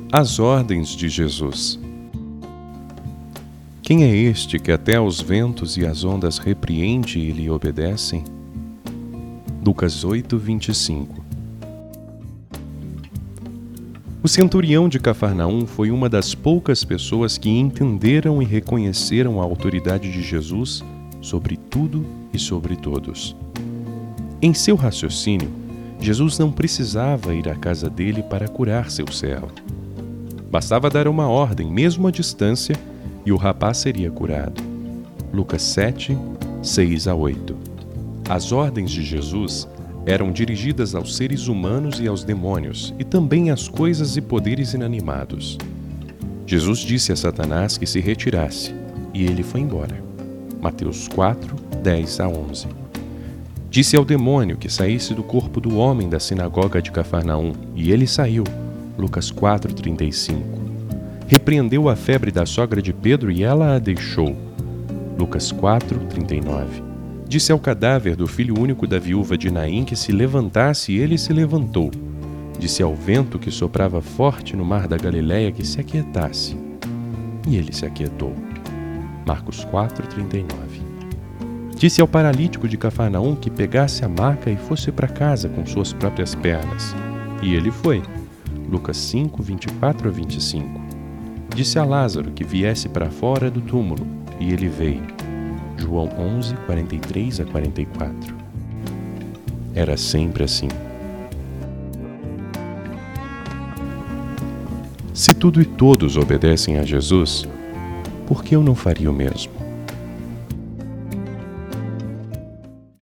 As ordens de Jesus. Quem é este que até aos ventos e às ondas repreende e lhe obedecem? Lucas 8, 25. O centurião de Cafarnaum foi uma das poucas pessoas que entenderam e reconheceram a autoridade de Jesus sobre tudo e sobre todos. Em seu raciocínio, Jesus não precisava ir à casa dele para curar seu servo. Bastava dar uma ordem, mesmo à distância, e o rapaz seria curado. Lucas 7, 6 a 8. As ordens de Jesus eram dirigidas aos seres humanos e aos demônios, e também às coisas e poderes inanimados. Jesus disse a Satanás que se retirasse, e ele foi embora. Mateus 4, 10 a 11. Disse ao demônio que saísse do corpo do homem da sinagoga de Cafarnaum, e ele saiu. Lucas 4, 35. Repreendeu a febre da sogra de Pedro e ela a deixou. Lucas 4, 39. Disse ao cadáver do filho único da viúva de Naim que se levantasse e ele se levantou. Disse ao vento que soprava forte no mar da Galileia que se aquietasse. E ele se aquietou. Marcos 4, 39. Disse ao paralítico de Cafarnaum que pegasse a maca e fosse para casa com suas próprias pernas. E ele foi. Lucas 5, 24 a 25. Disse a Lázaro que viesse para fora do túmulo, e ele veio. João 11, 43 a 44. Era sempre assim. Se tudo e todos obedecem a Jesus, por que eu não faria o mesmo?